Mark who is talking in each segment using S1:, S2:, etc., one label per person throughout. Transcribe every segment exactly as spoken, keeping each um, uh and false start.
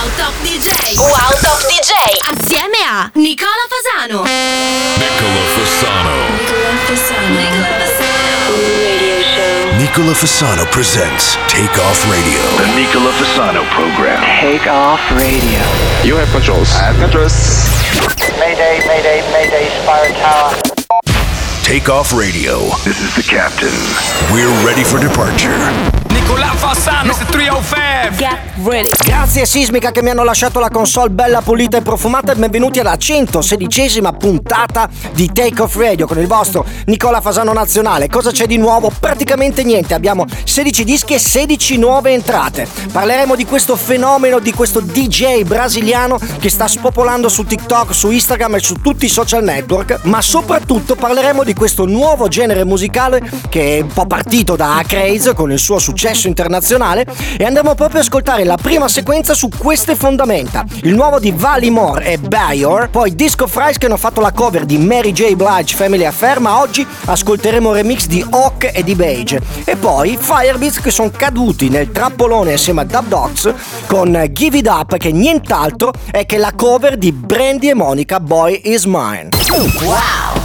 S1: Wow Top D J.
S2: Wow Top D J.
S1: Assieme a Nicola Fasano.
S3: Nicola Fasano.
S1: Nicola Fasano. Nicola Fasano.
S2: Radio show.
S4: Nicola Fasano presents Take Off Radio.
S5: The Nicola Fasano program.
S6: Take Off Radio.
S5: You have controls. I have controls.
S6: Mayday, mayday, mayday, Spire Tower.
S4: Take Off Radio.
S5: This is the captain.
S4: We're ready for departure.
S7: Nicola Fasano, mister trecentocinque.
S2: Get ready.
S8: Grazie Sismica che mi hanno lasciato la console bella pulita e profumata e benvenuti alla centosedicesima puntata di Take Off Radio con il vostro Nicola Fasano nazionale. Cosa c'è di nuovo? Praticamente niente, abbiamo sedici dischi e sedici nuove entrate. Parleremo di questo fenomeno, di questo D J brasiliano che sta spopolando su TikTok, su Instagram e su tutti i social network, ma soprattutto parleremo di questo nuovo genere musicale che è un po' partito da Craze con il suo successo internazionale e andremo proprio a ascoltare la prima sequenza su queste fondamenta. Il nuovo di Vali Moore e Bayor, poi Disco Fries che hanno fatto la cover di Mary J. Blige Family Affair, ma oggi ascolteremo il remix di Hawk e di Beige, e poi Firebeats che sono caduti nel trappolone assieme a Dub Dogs con Give It Up, che nient'altro è che la cover di Brandy e Monica Boy Is Mine.
S1: Wow.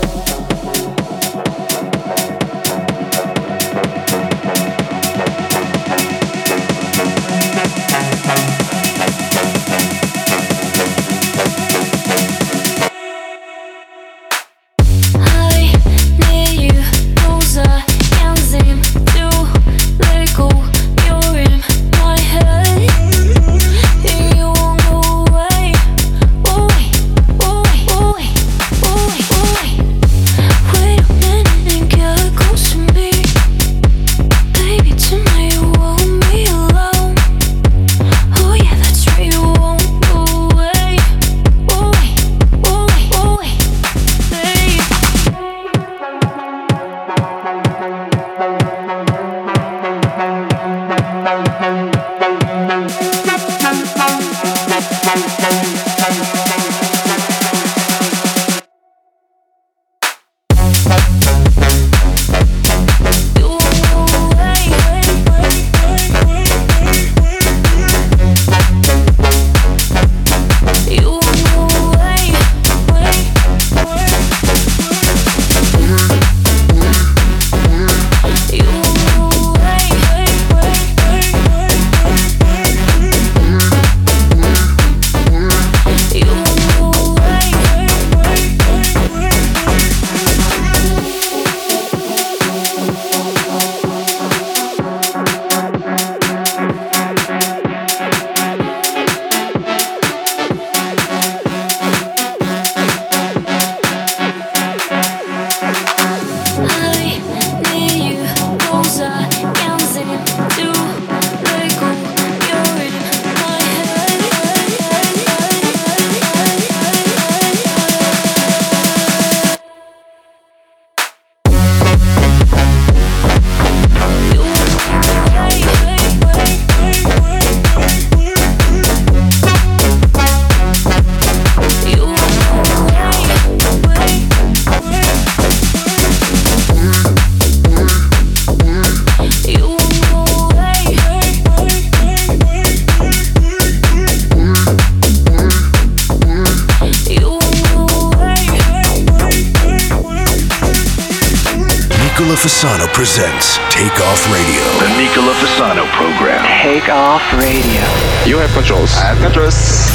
S4: Nicola Fasano presents Take Off Radio.
S5: The Nicola Fasano program.
S6: Take Off Radio.
S5: You have controls. I have controls.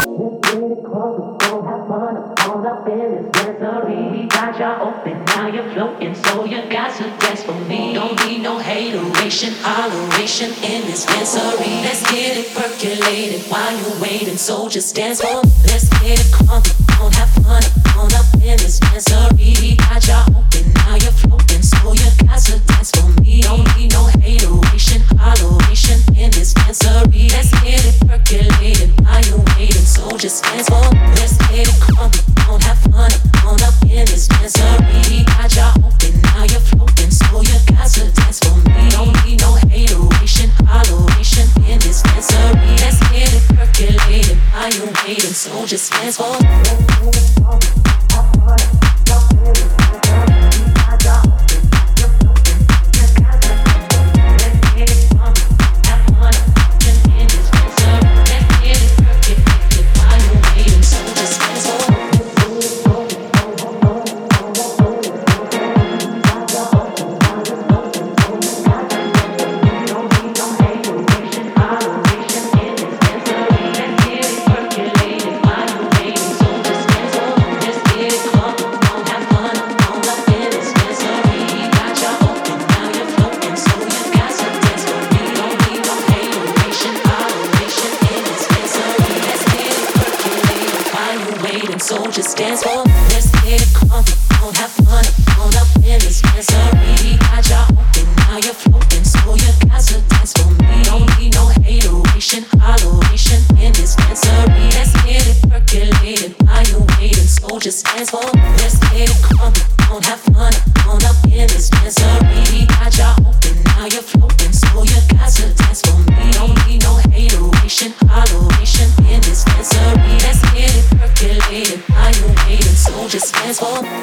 S9: Now you're floating, so you got to dance for me. Don't need no hateration, holleration in this dancery. Let's get it percolated while you're waiting, so just dance for me. Let's get it crunk, don't have fun, on up in this dancery. Got ya open, now you're floating, so you got to dance for me. Don't need no hateration, holleration in this dancery. Let's get it percolated while you're waiting, so just dance for me. Let's get it crunk, don't have fun, on up in this dancery. Got ya open, now you're floating, so you got to dance for me. Don't need no hateration, holleration in this dancery. Let's get it percolated while you're waiting, so just dance for me. Let's get it this dance floor. Let's get it crunk, don't have fun, on up in this dancery. Got ya open, now you're floating, so you got to dance for me. Don't need no hateration, holleration in this dancery. Let's get it percolated, while you waiting, so just dance for me. Let's get it crunk, don't have fun, on up in this dancery. Got ya open, now you're floating, so you got to dance for me. Don't need no hateration, holleration in this dancery. Let's get it percolated, while you waiting, so just dance for me.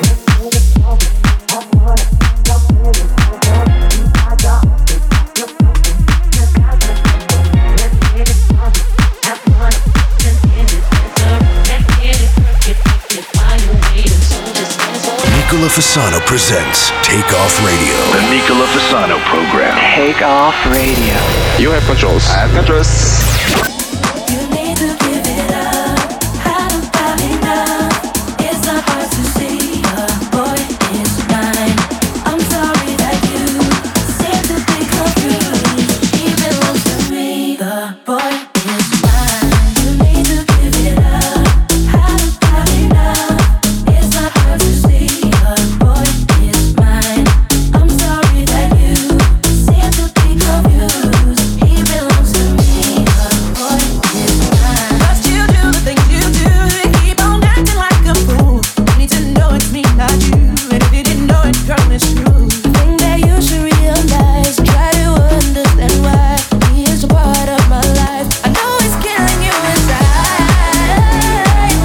S4: Nicola Fasano presents Take Off Radio.
S5: The Nicola Fasano program.
S6: Take Off Radio.
S5: You have controls. I have controls.
S9: You need to give it up. How about enough? It's not hard to see. The boy is mine. I'm sorry that you seem to be confused. He belongs to me. The boy is mine. You need to give it up. How about enough? It's not hard to see. The boy is mine. I'm sorry that you seem to be confused. He belongs to me. The boy is mine.
S10: But you do the things you do. You keep on acting like a fool. You need to know it's me, not you. And if you didn't know it, girl, it's true.
S9: The thing that you should realize, try to understand why he is a part of my life. I know it's killing you inside.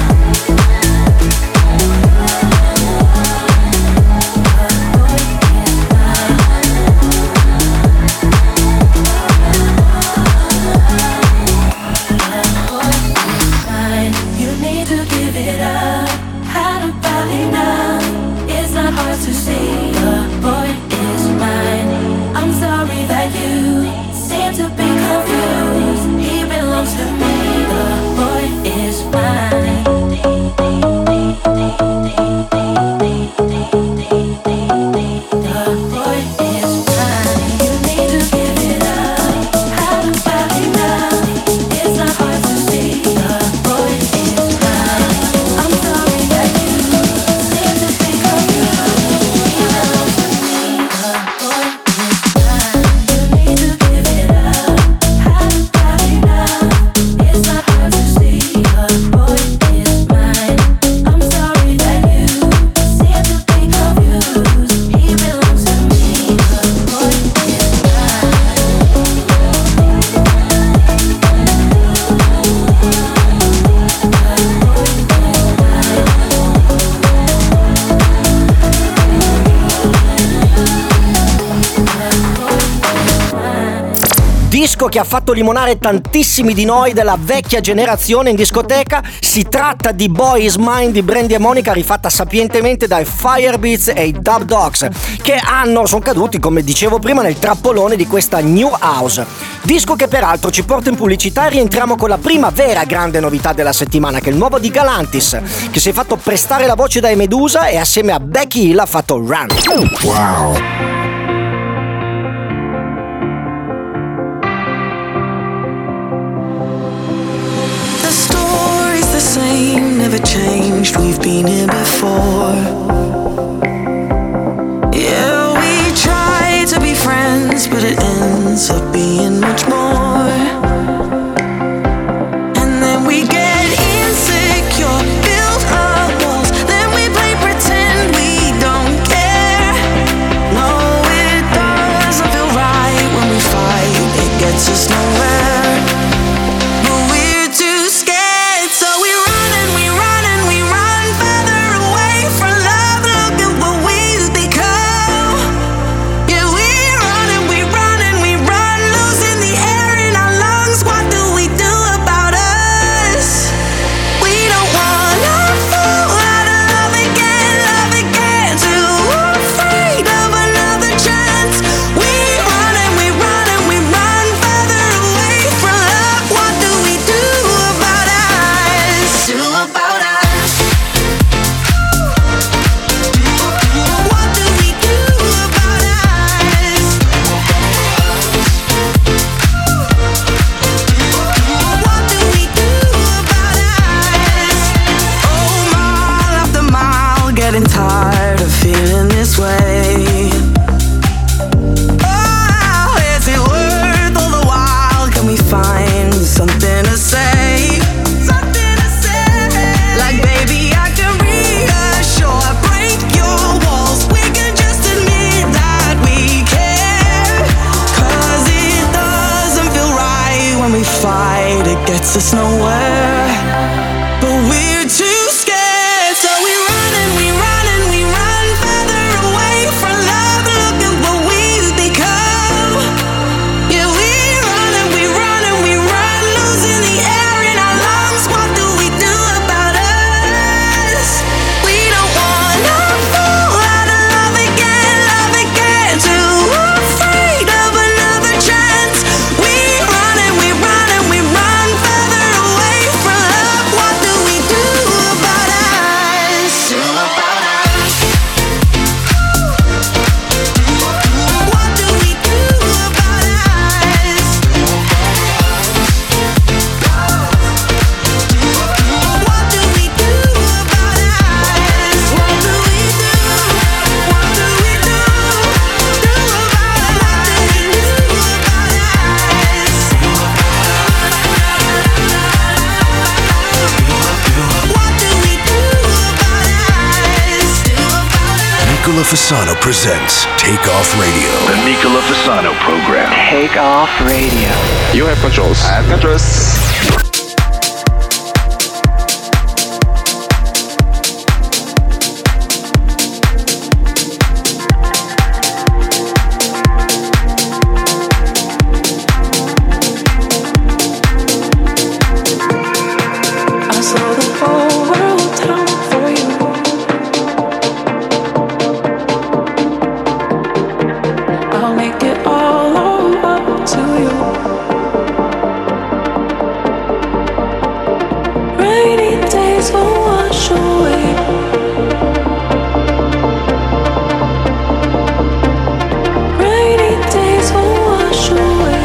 S9: Mine. You need to give it up. Had about enough. It's not hard to see. The boy is mine. I'm sorry that you seem to be confused. He belongs to me. The boy is mine. The boy is mine. You need to give it up. Had about enough. It's not hard to see. The boy is mine. I'm sorry that you seem to be confused. He belongs to me. The boy is mine. You need to give it up. Had about enough. It's not hard to see. The boy is mine. I'm sorry that you seem to be confused. He belongs to me. The boy is
S8: Disco che ha fatto limonare tantissimi di noi della vecchia generazione in discoteca. Si tratta di Boy Is Mine di Brandy e Monica, rifatta sapientemente dai Firebeats e i Dub Dogs, che hanno, sono caduti, come dicevo prima, nel trappolone di questa New House. Disco che peraltro ci porta in pubblicità e rientriamo con la prima vera grande novità della settimana, che è il nuovo di Galantis, che si è fatto prestare la voce dai Medusa e assieme a Becky Hill ha fatto Run.
S4: Wow.
S10: The story's the same, never changed. We've been here before. Yeah, we try to be friends, but it ends up being much more. And then we get insecure, build our walls, then we play pretend we don't care. No, it doesn't feel right when we fight, it gets us nowhere. But we're too scared, so we run and we run and we run further away from love. getting tired of feeling this way. Oh, is it worth all the while? Can we find something to say? Something to say. Like, baby, I can reassure, break your walls. We can just admit that we care. Cause it doesn't feel right when we fight. It gets us nowhere. But we're too scared, so we run and we run and we run further away from love. Look at what we've become. Yeah, we run and we run and we run, losing the air in our lungs. What do we do about us? We don't wanna fall out of love again, love again. Too afraid of another chance. We run and we run and we run further away from love. What do we do about us? Do about us? What do we do about us? What do we do about us? What do we do? What do we do? Do about us? What do we do about us? What do we do about us? Do about us?
S4: Nicola Fasano presents Take Off Radio.
S5: The Nicola Fasano program.
S6: Take Off Radio.
S5: You have controls. I have controls.
S10: I saw the whole world down for you. I'll make it all up to you. Rainy days will wash away. Rainy days will wash away.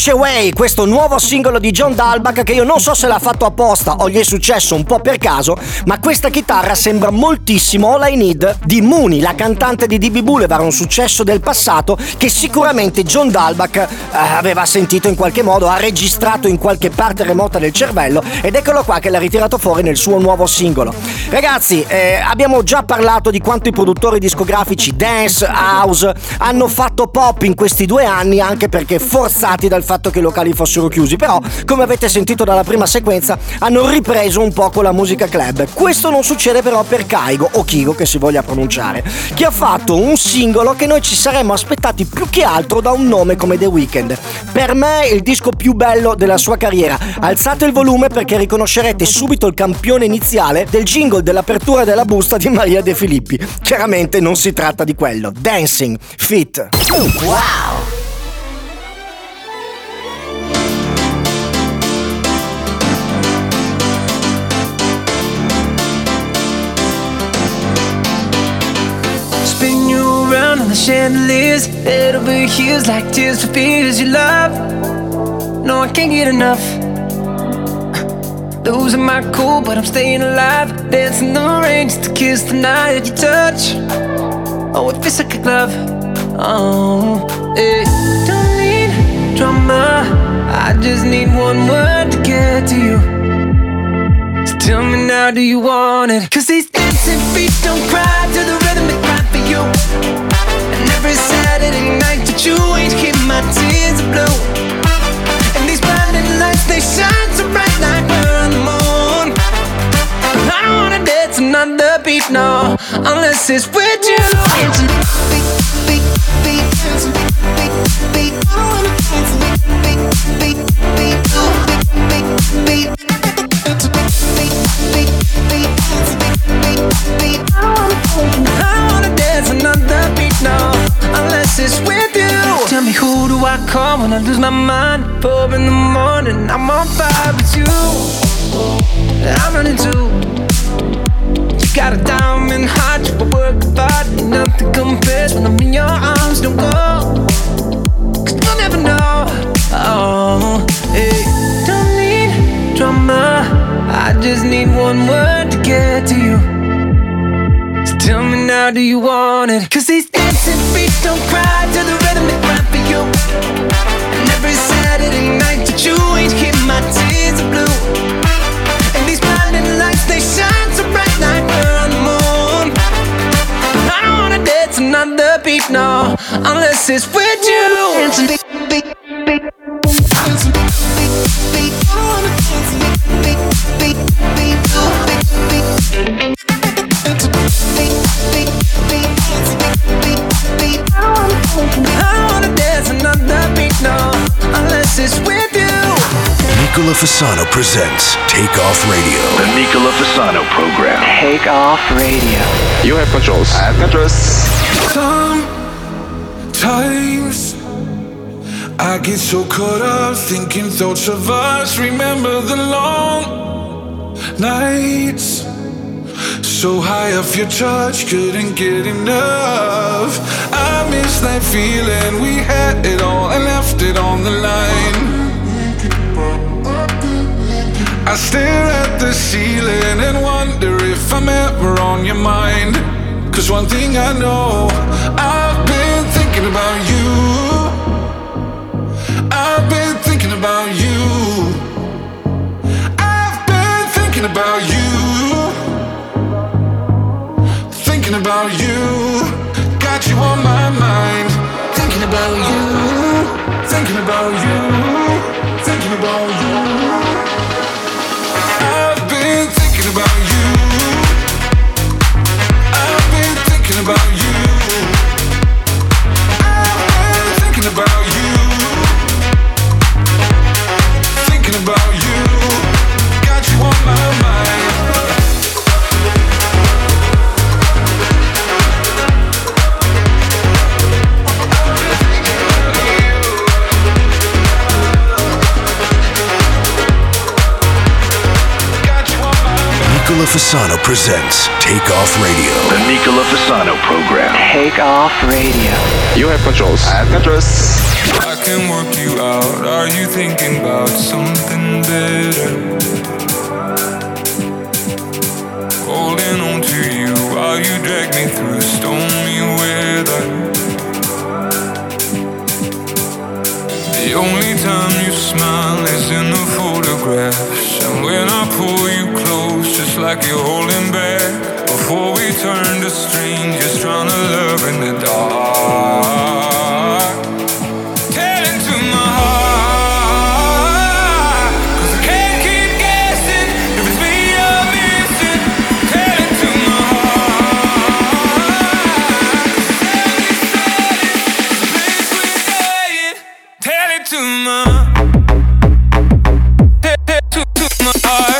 S8: Wash Away, questo nuovo singolo di John Dalbach che io non so se l'ha fatto apposta o gli è successo un po' per caso, ma questa chitarra sembra moltissimo All I Need di Mooney, la cantante di D B Boulevard, un successo del passato che sicuramente John Dalbach eh, aveva sentito in qualche modo, ha registrato in qualche parte remota del cervello ed eccolo qua che l'ha ritirato fuori nel suo nuovo singolo. Ragazzi, eh, abbiamo già parlato di quanto i produttori discografici dance, house hanno fatto pop in questi due anni, anche perché forzati dal fatto che i locali fossero chiusi, però come avete sentito dalla prima sequenza hanno ripreso un po' con la musica club. Questo non succede però per Kygo o Kygo che si voglia pronunciare, che ha fatto un singolo che noi ci saremmo aspettati più che altro da un nome come The Weeknd. Per me il disco più bello della sua carriera. Alzate il volume perché riconoscerete subito il campione iniziale del jingle dell'apertura della busta di Maria De Filippi. Chiaramente non si tratta di quello. Dancing Fit.
S1: Wow.
S11: Spin you around on the chandeliers, head over your heels like tears for fears you love. No, I can't get enough. Losing my cool, but I'm staying alive. Dancing the rain just to kiss the night that you touch. Oh, it feels like a glove. Oh, hey. Don't need drama, I just need one word to get to you. So tell me now, do you want it? Cause these dancing feet don't cry to the rhythm they cry for you. And every Saturday night that you ain't keep my tears are blue. And these blinding lights, they shine so bright like we're on the moon. I don't wanna dance another beat, no, unless it's with you. Dancing beat, beat, beat, dancing beat, beat, beat. I wanna dance beat, beat, beat, beat, beat, beat. Dancing beat, beat, beat, dancing beat, beat, beat. I wanna dance another beat, no, unless it's with you. Tell me, who do I call when I lose my mind? Four in the morning, I'm on fire with you. I'm running too. You got a diamond heart, you work hard, and nothing compares when I'm in your arms. Don't go, cause you'll never know. Oh, hey. Don't need drama, I just need one word to get to you. So tell me now, do you want it? Cause these dancing feet don't cry to the rhythm they cry for you. And every Saturday night that you ain't keep my tears are blue. And these blinding lights, they shine so bright like we're on the moon. I don't wanna dance another beat, no, unless it's with you. Dancing beat, beat, beat. Dancing beat, beat, beat. I wanna dance beat, beat, beat, beat, beat, beat. Dancing beat, beat, beat, dancing beat, beat, beat. I wanna dance another beat, no, unless it's with you.
S4: Nicola Fasano presents Take Off Radio.
S5: The Nicola Fasano program.
S6: Take Off Radio.
S5: You have controls. I have controls.
S12: Sometimes I get so caught up thinking thoughts of us. Remember the long nights, so high off your touch, couldn't get enough. I miss that feeling, we had it all and left it on the line. I stare at the ceiling and wonder if I'm ever on your mind. Cause one thing I know, I've been thinking about you. I've been thinking about you. I've been thinking about you. Thinking about you. Got you on my mind. Thinking about you. Thinking about you. Thinking about you. I've been thinking about you. I've been thinking about you. I've been thinking about you. Thinking about you. Got you on my mind.
S4: Nicola Fasano presents Take Off Radio.
S5: The Nicola Fasano program.
S6: Take Off Radio.
S5: You You have controls. I have controls.
S12: I can work you out. Are you thinking about something better? Holding on to you while you drag me through stormy weather. The only time you smile is in the photographs, and when I pull you close, just like you're holding back. Before we turn to strangers, trying to love in the dark. Tell it to my heart, 'cause I can't keep guessing if it's me you're missing. Tell it to my heart, 'cause it's only solid, it's a place we're dying. Tell it to my Tell it to, to my heart.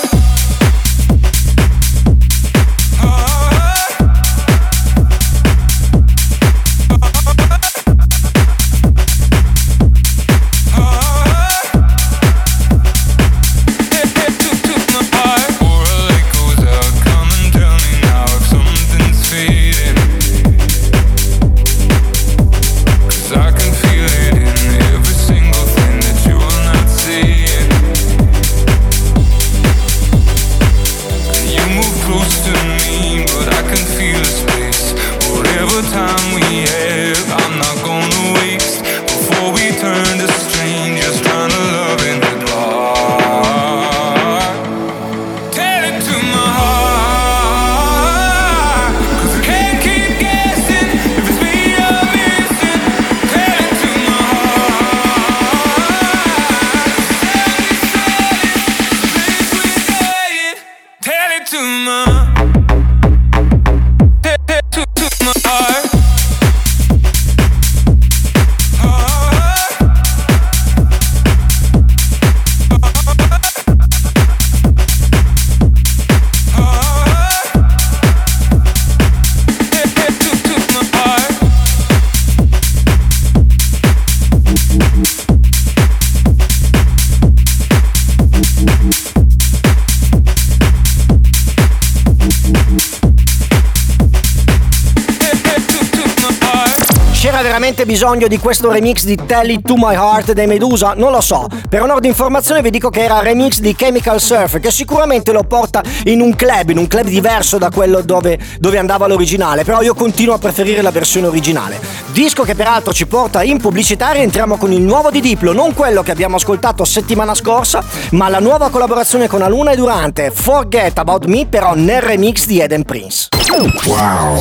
S8: Veramente bisogno di questo remix di Tell It To My Heart dei Medusa? Non lo so. Per onore di informazione vi dico che era il remix di Chemical Surf, che sicuramente lo porta in un club, in un club diverso da quello dove, dove andava l'originale, però io continuo a preferire la versione originale. Disco che peraltro ci porta in pubblicità. Entriamo con il nuovo di Diplo, non quello che abbiamo ascoltato settimana scorsa, ma la nuova collaborazione con Aluna e Durante, Forget About Me, però nel remix di Eden Prince.
S4: Wow.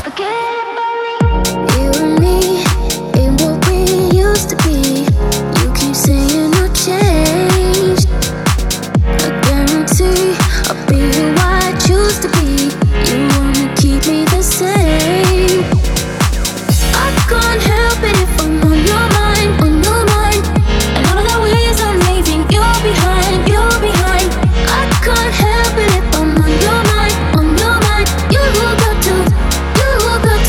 S13: To be, you keep saying no change. I guarantee I'll be who I choose to be. You wanna keep me the same. I can't help it if I'm on your mind, on your mind. And all of the ways I'm leaving you behind, you behind. I can't help it if I'm on your mind, on your mind. You got to, you got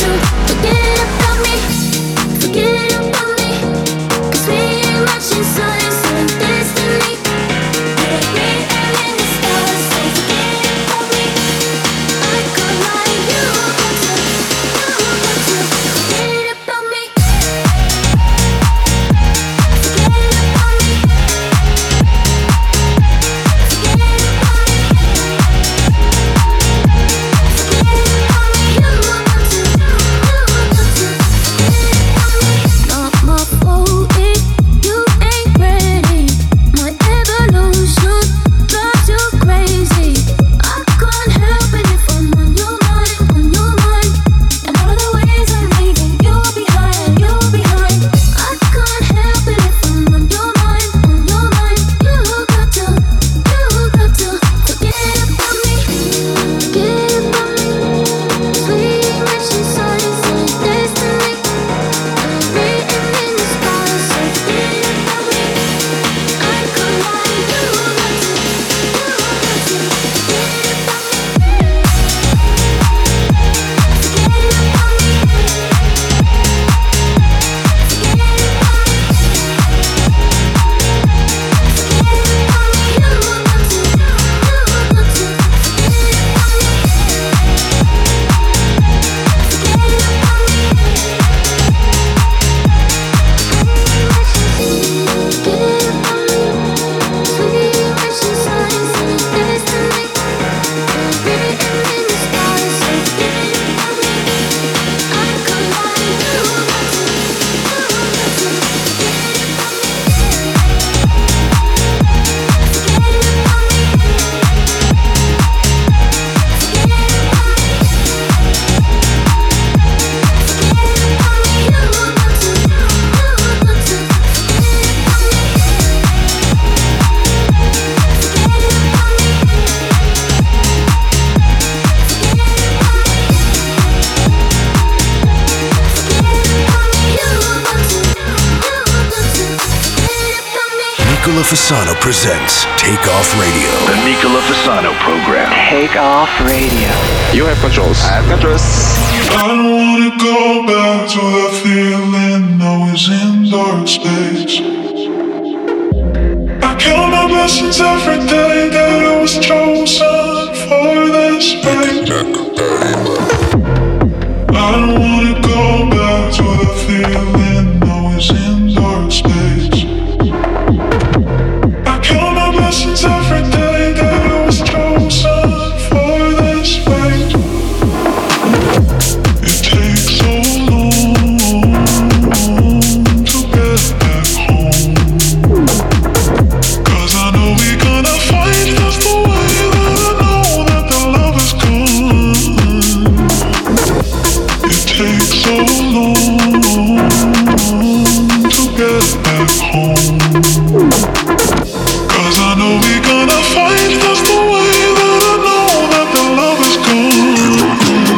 S4: Fasano presents Take Off Radio.
S5: The Nicola Fasano program.
S6: Take Off Radio.
S5: You have controls. I have controls.
S12: I don't wanna go back to that feeling I was in dark space. I count my blessings every day that I was chosen for this fate. I don't wanna go back to that feeling I was in dark space. I count my blessings every day that I was chosen for this fate. It takes so long to get back home, 'cause I know we're gonna fight. That's the way that I know that the love is gone. It takes so long to get back home, 'cause I know we're gonna fight. That's the way that I know that the love is gone.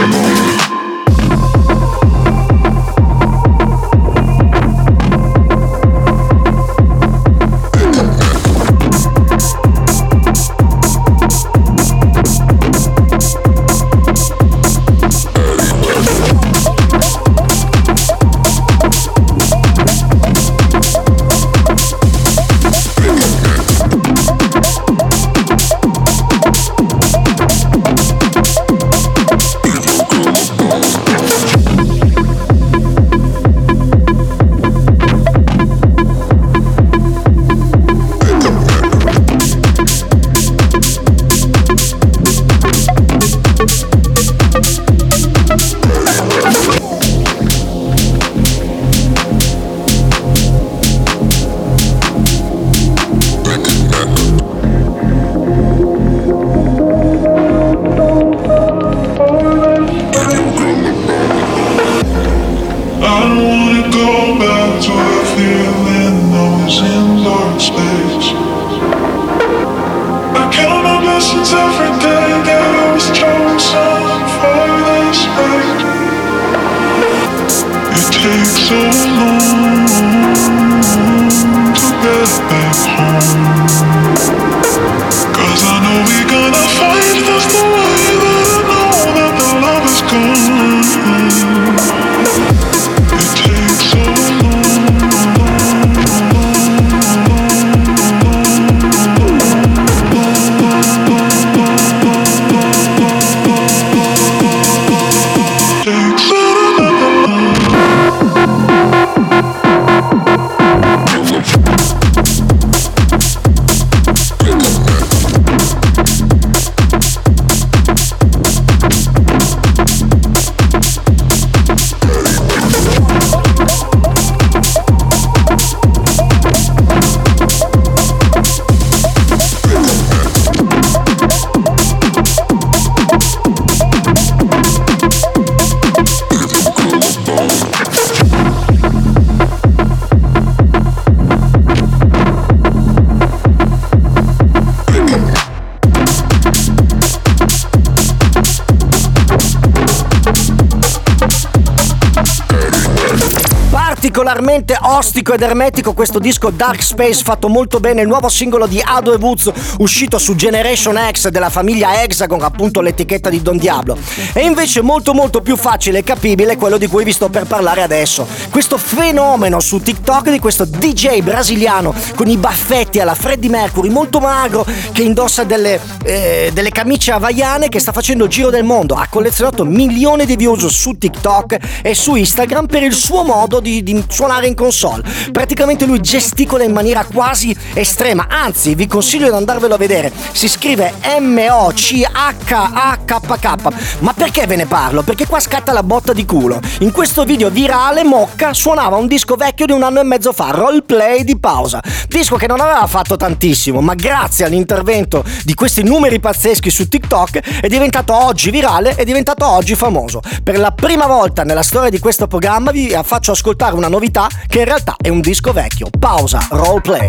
S8: Particolarmente ostico ed ermetico questo disco Dark Space, fatto molto bene, il nuovo singolo di Ado e Woods uscito su Generation X della famiglia Hexagon, appunto l'etichetta di Don Diablo. E invece molto molto più facile e capibile quello di cui vi sto per parlare adesso, questo fenomeno su TikTok di questo D J brasiliano con i baffetti alla Freddie Mercury, molto magro, che indossa delle, eh, delle camicie hawaiane, che sta facendo il giro del mondo. Ha collezionato milioni di views su TikTok e su Instagram per il suo modo di, di suonare in console. Praticamente lui gesticola in maniera quasi estrema, anzi vi consiglio di andarvelo a vedere. Si scrive M O C H A K K. Ma perché ve ne parlo? Perché qua scatta la botta di culo. In questo video virale Mocca suonava un disco vecchio di un anno e mezzo fa, Roleplay di Pausa, disco che non aveva fatto tantissimo, ma grazie all'intervento di questi numeri pazzeschi su TikTok è diventato oggi virale, è diventato oggi famoso. Per la prima volta nella storia di questo programma vi faccio ascoltare una novità che in realtà è un disco vecchio. Pausa, Roleplay.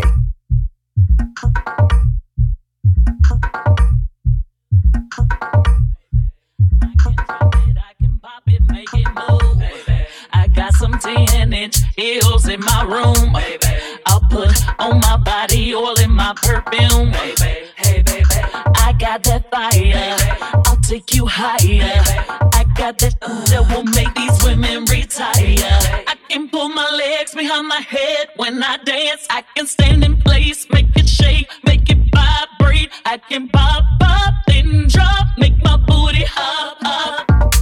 S14: I got some ten inch heels in my room. I'll put on my body oil in
S9: my perfume. Hey, baby, hey, baby. I got that fire. I'll take you higher. I got that that will make these women retire. I can pull my legs behind my head when I dance. I can stand in place, make it shake, make it vibrate. I can pop up, then drop, make my booty hop, hop.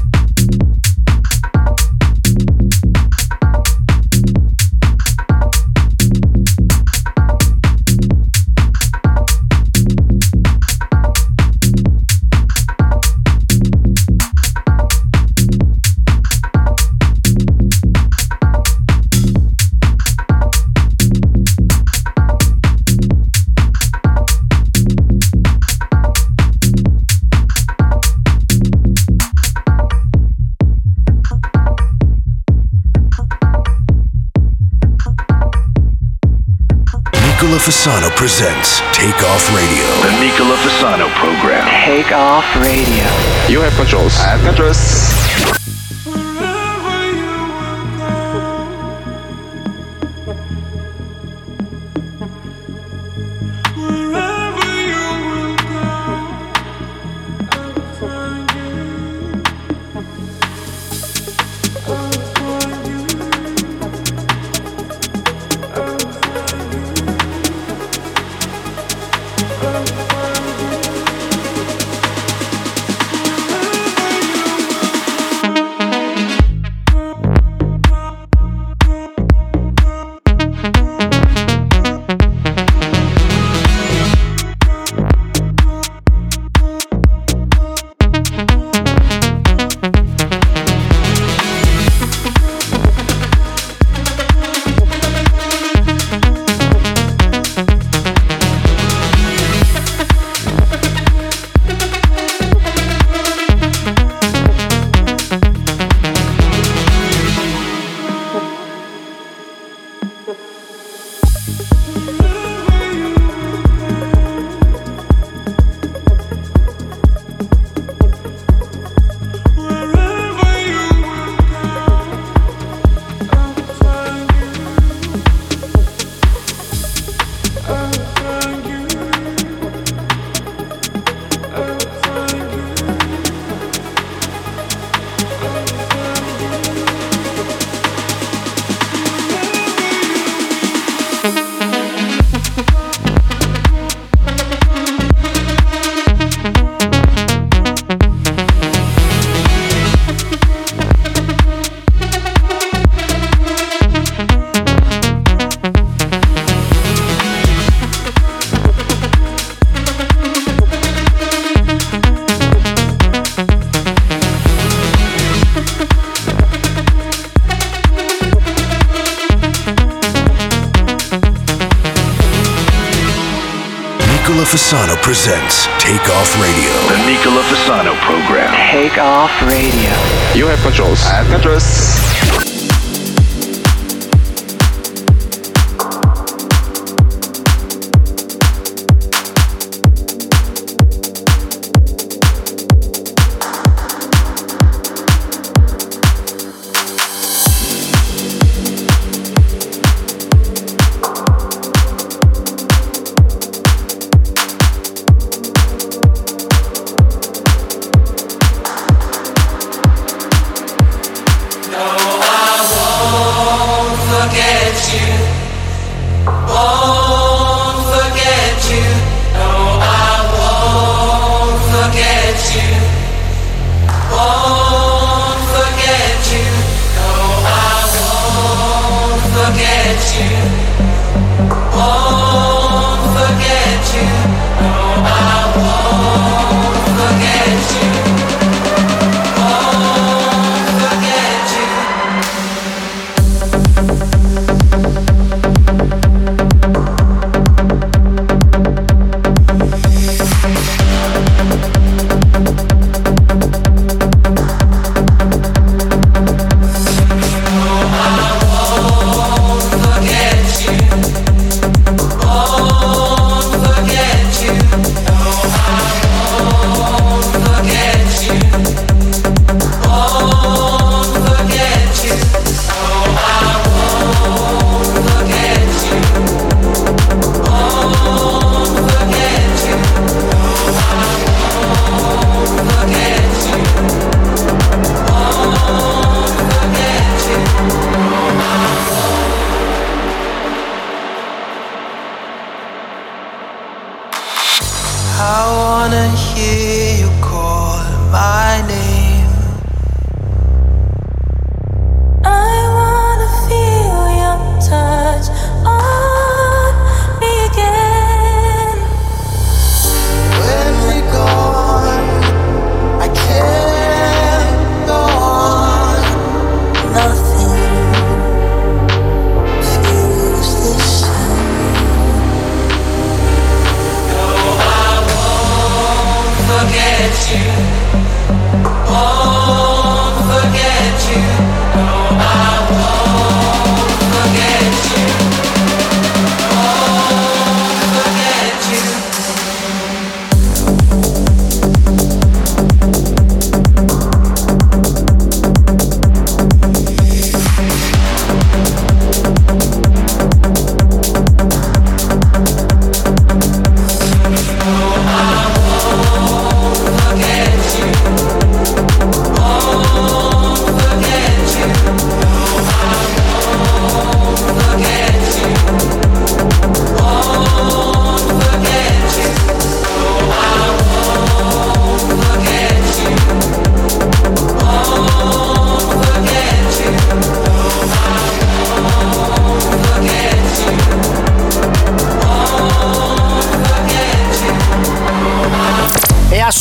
S4: Nicola Fasano presents Take Off Radio.
S5: The Nicola Fasano program.
S6: Take Off Radio.
S5: You have controls. I have controls.
S4: Nicola Fasano presents Take Off Radio.
S5: The Nicola Fasano program.
S6: Take Off Radio.
S5: You have controls. I have controls.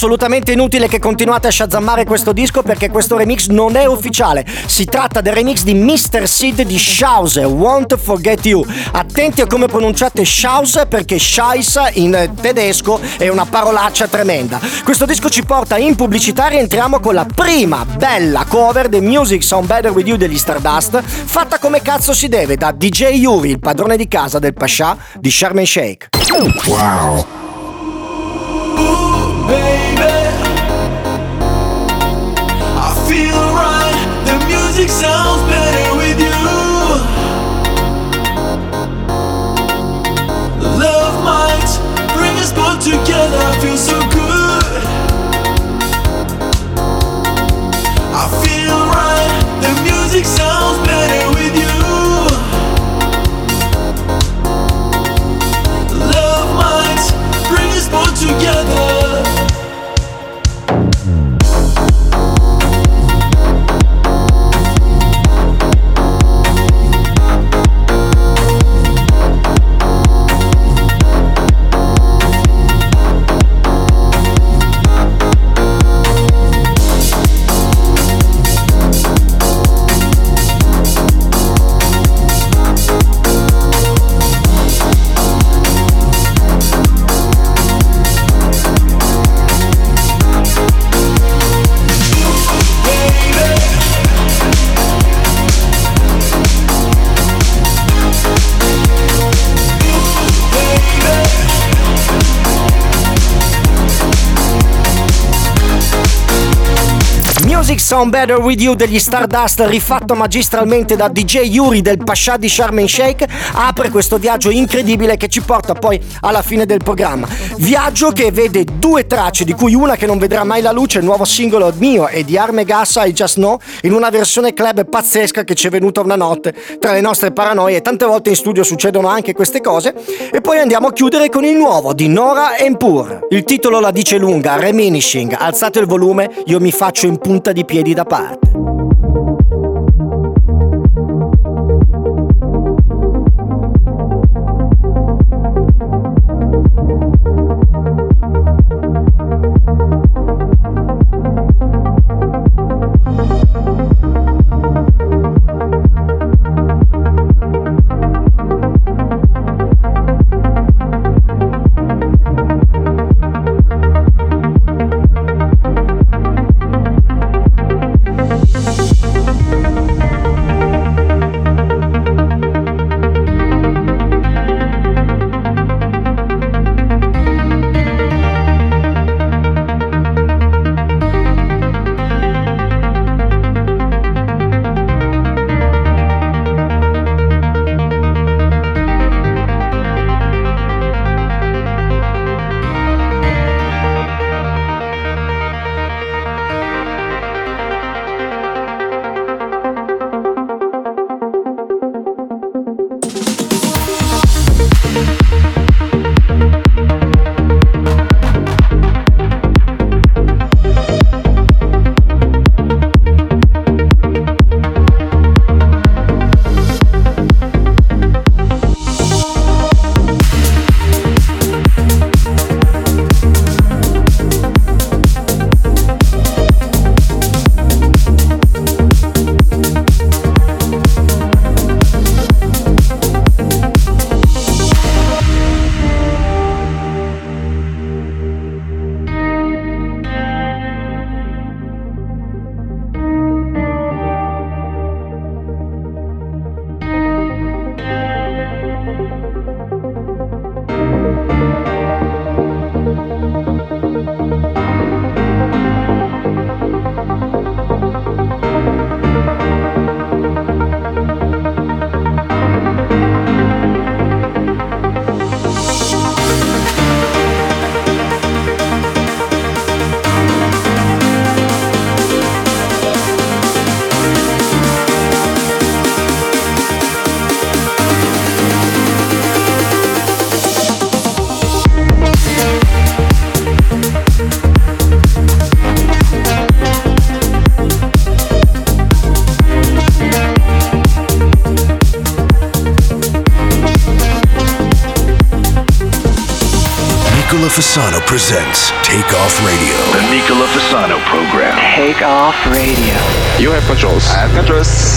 S8: assolutamente inutile che continuate a shazammare questo disco perché questo remix non è ufficiale. Si tratta del remix di mister Sid di Schause, Won't Forget You. Attenti a come pronunciate Schause perché Scheiße in tedesco è una parolaccia tremenda. Questo disco ci porta in pubblicità e entriamo con la prima bella cover The Music Sound Better With You degli Stardust, fatta come cazzo si deve da D J Yuri, il padrone di casa del Pasha di Sharm el Sheikh.
S4: Wow.
S12: Ooh, baby, I feel right. The music sounds better with you. Love might bring us both together. I feel so good. I feel right. The music sounds better with you. Love might bring us both together.
S8: Music Sound Better With You degli Stardust, rifatto magistralmente da D J Yuri del Pasha di Sharm el Sheikh, apre questo viaggio incredibile che ci porta poi alla fine del programma. Viaggio che vede due tracce, di cui una che non vedrà mai la luce, il nuovo singolo mio e di Arme Gassa, I Just Know, in una versione club pazzesca che ci è venuta una notte tra le nostre paranoie. Tante volte in studio succedono anche queste cose. E poi andiamo a chiudere con il nuovo di Nora En Pur. Il titolo la dice lunga, Reminishing. Alzate il volume, io mi faccio in punta di piedi da parte.
S4: Fasano presents Take Off Radio.
S5: The Nicola Fasano program.
S6: Take Off Radio.
S5: You have controls. I have controls.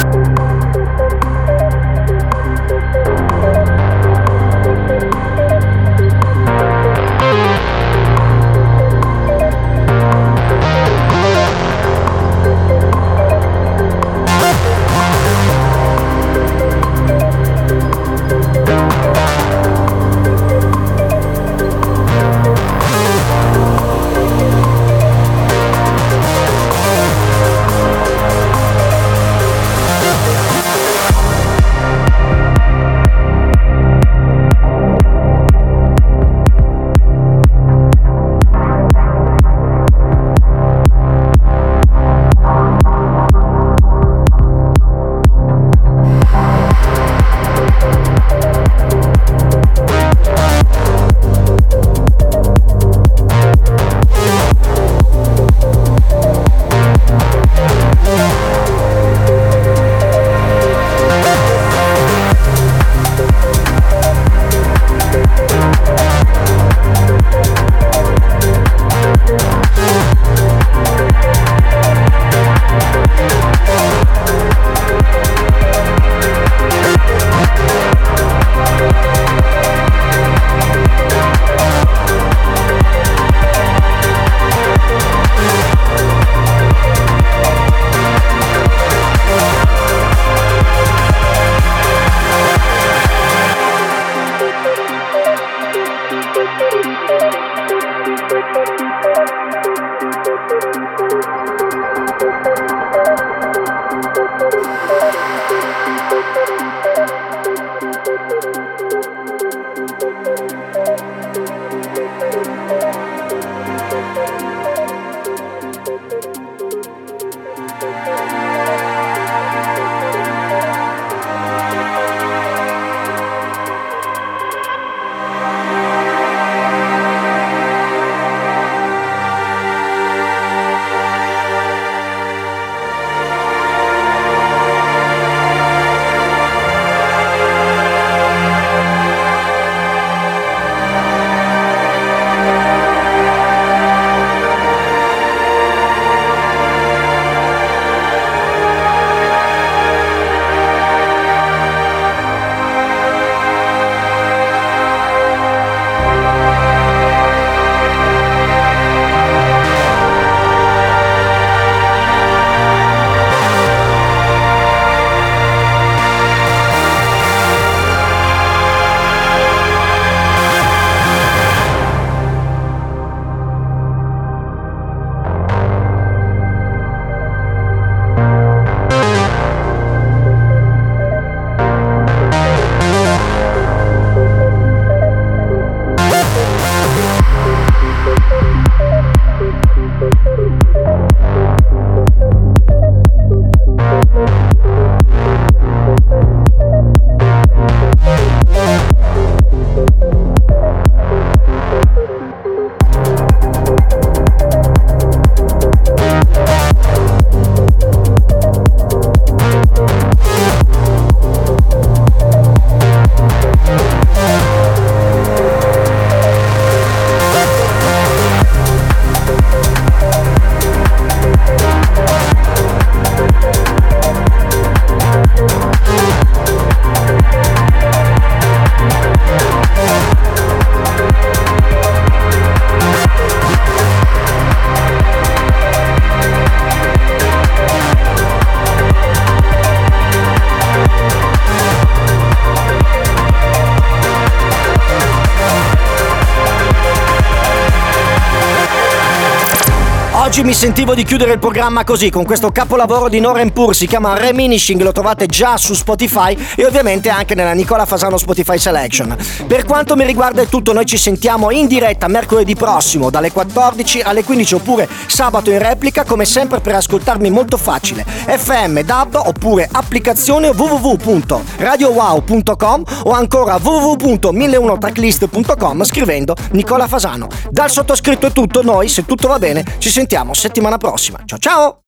S8: Oggi mi sentivo di chiudere il programma così, con questo capolavoro di Noren Pur, si chiama Reminishing, lo trovate già su Spotify e ovviamente anche nella Nicola Fasano Spotify Selection. Per quanto mi riguarda è tutto, noi ci sentiamo in diretta mercoledì prossimo dalle quattordici alle quindici oppure sabato in replica, come sempre per ascoltarmi molto facile, F M, D A B oppure applicazione w w w punto radio wow punto com o ancora w w w punto milleuno tracklist punto com scrivendo Nicola Fasano. Dal sottoscritto è tutto, noi se tutto va bene ci sentiamo settimana prossima. Ciao ciao!